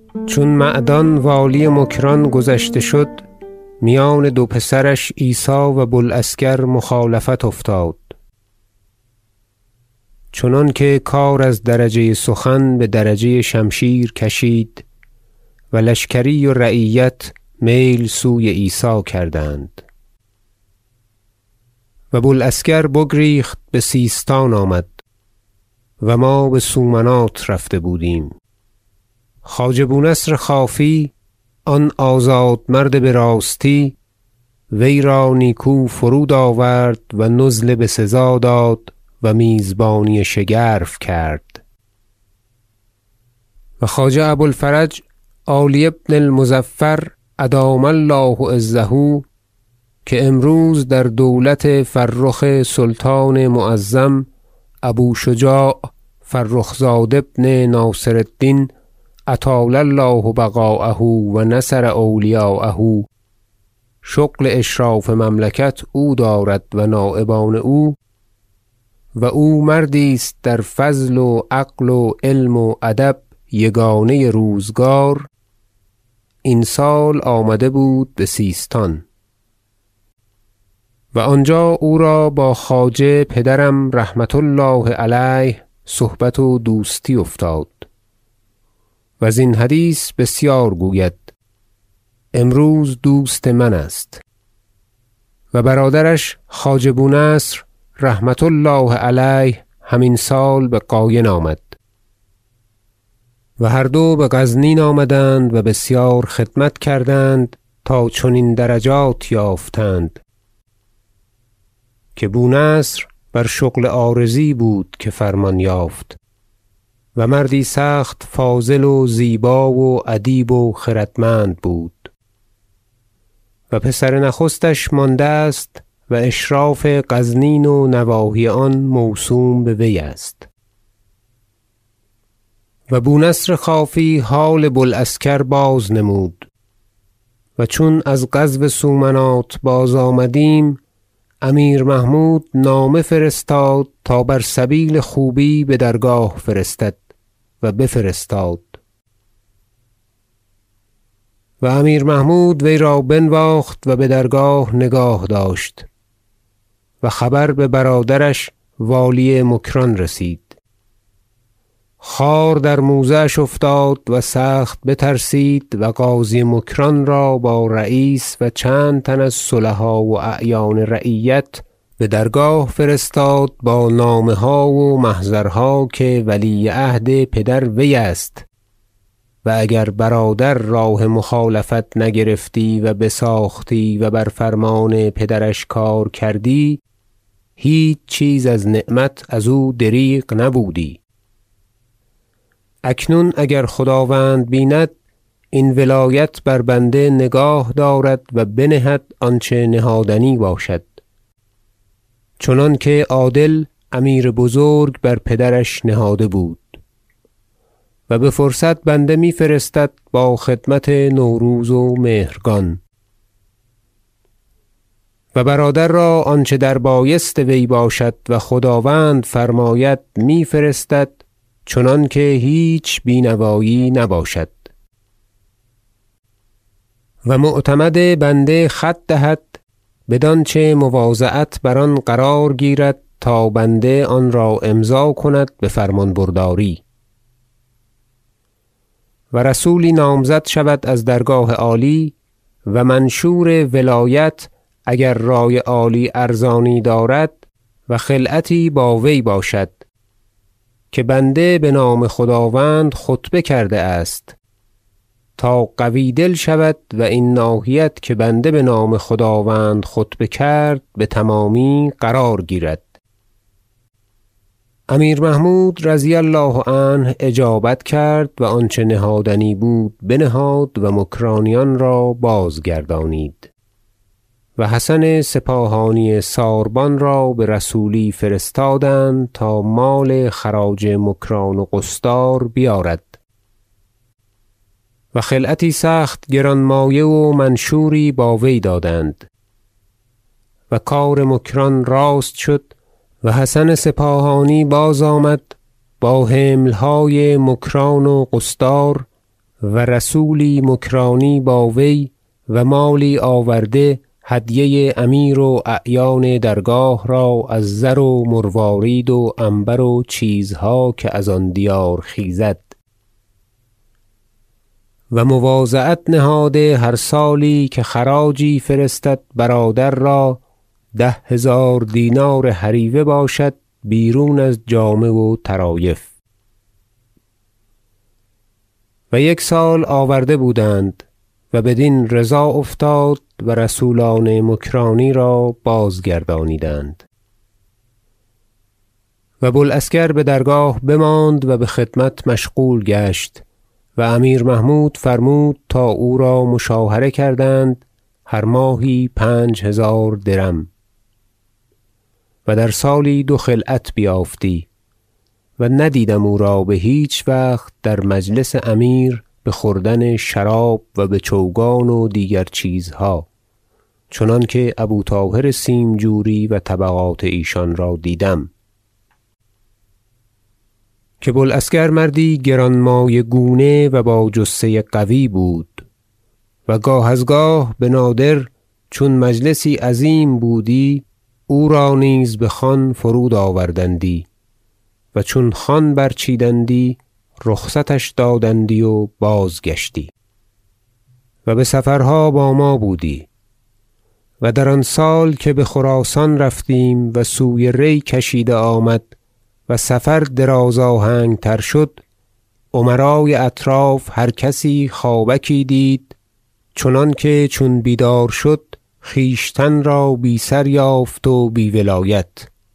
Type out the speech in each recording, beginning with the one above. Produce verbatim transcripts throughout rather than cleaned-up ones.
چون معدان والی مکران گذشته شد، میان دو پسرش عیسی و بوالعسکر مخالفت افتاد، چنانکه کار از درجه سخن به درجه شمشیر کشید و لشکری و رعیت میل سوی عیسی کردند. و بوالعسکر بگریخت به سیستان آمد و ما به سومنات رفته بودیم. خواجه بونصر خوافی آن آزاد مرد به راستی وی را نیکو فرود آورد و نزل به سزا داد و میزبانی شگرف کرد. و خواجه ابوالفرج عالی بن المظفر ادام الله عزه که امروز در دولت فرخ سلطان معظم ابو شجاع فرخ زاد بن ناصر الدین اطال الله بقاءه و نصر اولیاءه شغل اشراف مملکت او دارد و نایبان او، و او مردی است در فضل و عقل و علم و ادب یگانه روزگار. این سال آمده بود به سیستان و آنجا او را با خواجه پدرم رحمت الله علیه صحبت و دوستی افتاد و زین حدیث بسیار گوید. امروز دوست من است و برادرش خواجه بونصر رحمت الله علیه همین سال به قاین آمد و هر دو به غزنین آمدند و بسیار خدمت کردند تا چنین درجات یافتند که بونصر بر شغل عارضی بود که فرمان یافت و مردی سخت فاضل و زیبا و ادیب و خردمند بود و پسر نخستش مانده است و اشراف غزنین و نواحی آن موسوم به وی است. و بونصر خوافی حال بوالعسکر باز نمود و چون از غزو سومنات باز آمدیم امیر محمود نامه فرستاد تا بر سبیل خوبی به درگاه فرستد و بفرستاد و امیر محمود وی را بنواخت و به درگاه نگاه داشت و خبر به برادرش والی مکران رسید. خار در موزه اش افتاد و سخت بترسید و قاضی مکران را با رئیس و چند تن از صلحا و اعیان رعیت به درگاه فرستاد با نامه ها و محضرها که ولی عهد پدر وی است و اگر برادر راه مخالفت نگرفتی و بساختی و بر فرمان پدرش کار کردی هیچ چیز از نعمت از او دریغ نبودی. اکنون اگر خداوند بیند این ولایت بر بنده نگاه دارد و بنهد آنچه نهادنی باشد، چنانکه عادل امیر بزرگ بر پدرش نهاده بود و به فرصت بنده می فرستد با خدمت نوروز و مهرگان و برادر را آنچه در بایست وی باشد و خداوند فرماید می فرستد، چنانکه هیچ بینوایی نباشد و معتمد بنده خط دهد بدانچه مواضعت بر آن قرار گیرد تا بنده آن را امضا کند به فرمان برداری و رسولی نامزد شود از درگاه عالی و منشور ولایت اگر رای عالی ارزانی دارد و خلعتی با وی باشد که بنده به نام خداوند خطبه کرده است تا قوی دل شود و این ناحیت که بنده به نام خداوند خطبه کرد به تمامی قرار گیرد. امیر محمود رضی الله عنه اجابت کرد و آنچه نهادنی بود بنهاد و مکرانیان را بازگردانید و حسن سپاهانی ساربان را به رسولی فرستادند تا مال خراج مکران و قصدار بیارد و خلعتی سخت گرانمایه و منشوری با وی دادند و کار مکران راست شد و حسن سپاهانی باز آمد با حملهای مکران و قصدار و رسولی مکرانی با وی و مالی آورده هدیه امیر و اعیان درگاه را از زر و مروارید و عنبر و چیزها که از آن دیار خیزد و مواضعت نهاده هر سالی که خراجی فرستد برادر را ده هزار دینار هریوه باشد بیرون از جامه و طرایف. و یک سال آورده بودند و بدین رضا افتاد و رسولان مکرانی را بازگردانیدند. و بوالعسکر به درگاه بماند و به خدمت مشغول گشت و امیر محمود فرمود تا او را مشاهره کردند هر ماهی پنج هزار درم و در سالی دو خلعت بیافتی و ندیدم او را به هیچ وقت در مجلس امیر به خوردن شراب و به چوگان و دیگر چیزها، چنانکه ابو طاهر سیمجوری و طبقات ایشان را دیدم که بوالعسکر مردی گرانمایه گونه و با جثه قوی بود و گاه از گاه به نادر چون مجلسی عظیم بودی او را نیز به خوان فرود آوردندی و چون خوان برچیدندی رخصتش دادندی و بازگشتی و به سفرها با ما بودی. و در آن سال که به خراسان رفتیم و سوی ری کشیده آمد و سفر دراز آهنگ تر شد، امرای اطراف هر کسی خوابکی دید چنانکه چون بیدار شد خویشتن را بی سر یافت و بی ولایت،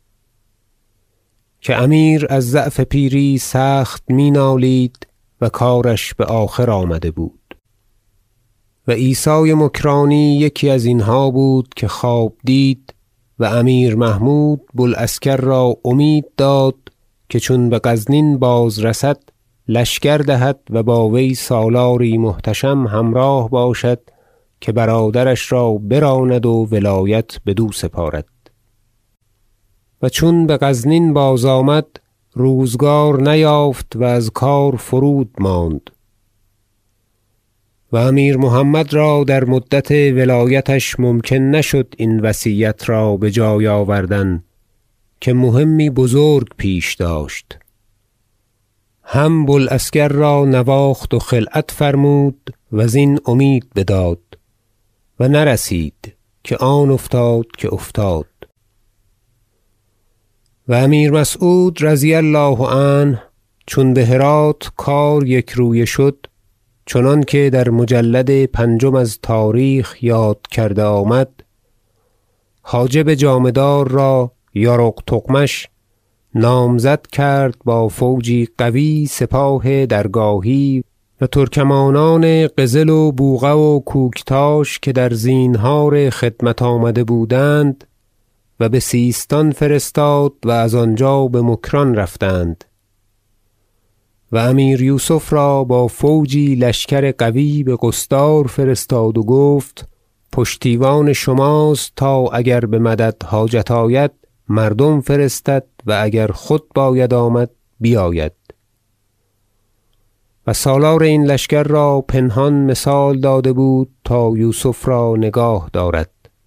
که امیر از ضعف پیری سخت می نالید و کارش به آخر آمده بود. و عیسی مکرانی یکی از اینها بود که خواب دید و امیر محمود بوالعسکر را امید داد که چون به غزنین باز رسد لشکر دهد و با وی سالاری محتشم همراه باشد که برادرش را براند و ولایت بدو سپارد. و چون به غزنین باز آمد روزگار نیافت و از کار فرود ماند و امیر محمد را در مدت ولایتش ممکن نشد این وصیت را به جای آوردن که مهمی بزرگ پیش داشت. هم بوالعسکر را نواخت و خلعت فرمود و زین امید بداد و نرسید که آن افتاد که افتاد. و امیر مسعود رضی الله عنه چون به هرات کار یک رویه شد چنانکه در مجلد پنجم از تاریخ یاد کرده آمد، حاجب جامه دار را یارق تغمش نامزد کرد با فوجی قوی سپاه درگاهی و ترکمانان قزل و بوقه و کوکتاش که در زینهار خدمت آمده بودند و به سیستان فرستاد و از آنجا به مکران رفتند. و امیر یوسف را با فوجی لشکر قوی به قصدار فرستاد و گفت پشتیوان شماست تا اگر به مدد حاجت آید مردم فرستد و اگر خود باید آمد بیاید. و سالار این لشکر را پنهان مثال داده بود تا یوسف را نگاه دارد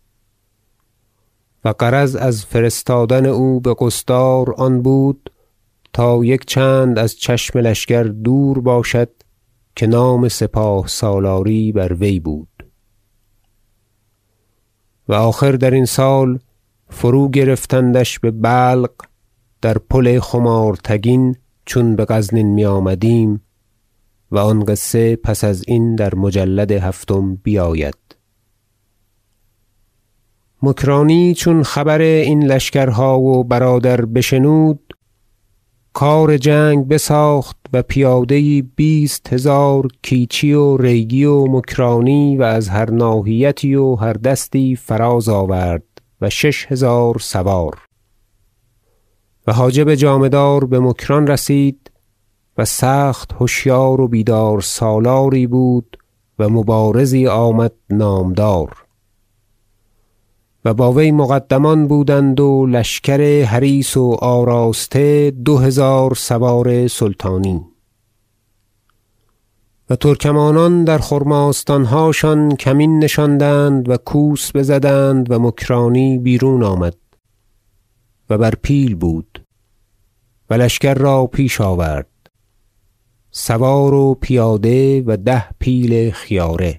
و غرض از فرستادن او به قصدار آن بود تا یک چند از چشم لشکر دور باشد که نام سپاه سالاری بر وی بود. و آخر در این سال فرو گرفتندش به بلق در پل خمارتگین چون به غزنین می آمدیم و آن قصه پس از این در مجلد هفتم بیاید. مکرانی چون خبر این لشکرها و برادر بشنود کار جنگ بساخت و پیادهی بیست هزار کیچی و ریگی و مکرانی و از هر ناحیتی و هر دستی فراز آورد و شش هزار سوار. و حاجب جامه دار به مکران رسید و سخت هوشیار و بیدار سالاری بود و مبارزی آمد نامدار و با وی مقدمان بودند و لشکر حریص و آراسته دو هزار سوار سلطانی. و ترکمانان در خرماستانهاشان کمین نشاندند و کوس بزدند و مکرانی بیرون آمد و بر پیل بود و لشکر را پیش آورد، سوار و پیاده و ده پیل خیاره.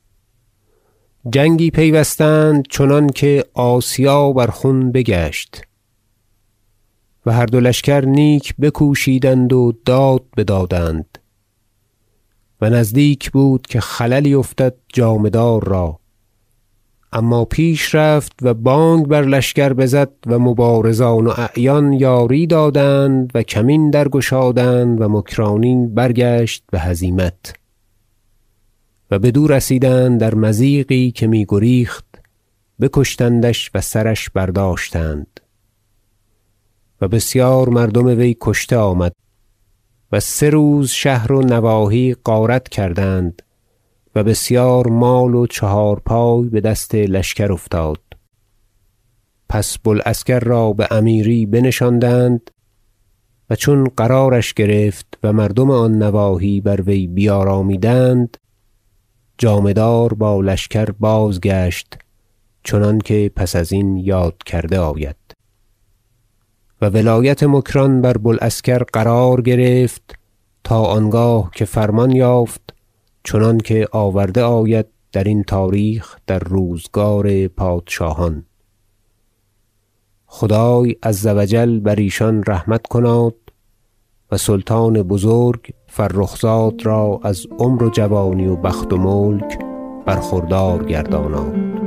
جنگی پیوستند چنان که آسیا بر خون بگشت و هر دو لشکر نیک بکوشیدند و داد بدادند و نزدیک بود که خللی افتد جامه دار را، اما پیش رفت و بانگ بر لشکر بزد و مبارزان و اعیان یاری دادند و کمین درگشادند و مکرانی برگشت به هزیمت و بدو رسیدند در مضیقی که می گریخت، بکشتندش و سرش برداشتند و بسیار مردم وی کشته آمد و سه روز شهر و نواحی غارت کردند و بسیار مال و چهار پای به دست لشکر افتاد. پس بوالعسکر را به امیری بنشاندند و چون قرارش گرفت و مردم آن نواحی بر وی بیارامیدند، جامه دار با لشکر بازگشت چنانکه پس از این یاد کرده آید و ولایت مکران بر بوالعسکر قرار گرفت تا آنگاه که فرمان یافت چنانکه آورده آید در این تاریخ در روزگار پادشاهان. خدای عز و جل بر ایشان رحمت کناد و سلطان بزرگ فرخ زاد را از عمر و جوانی و بخت و ملک برخوردار گرداناد.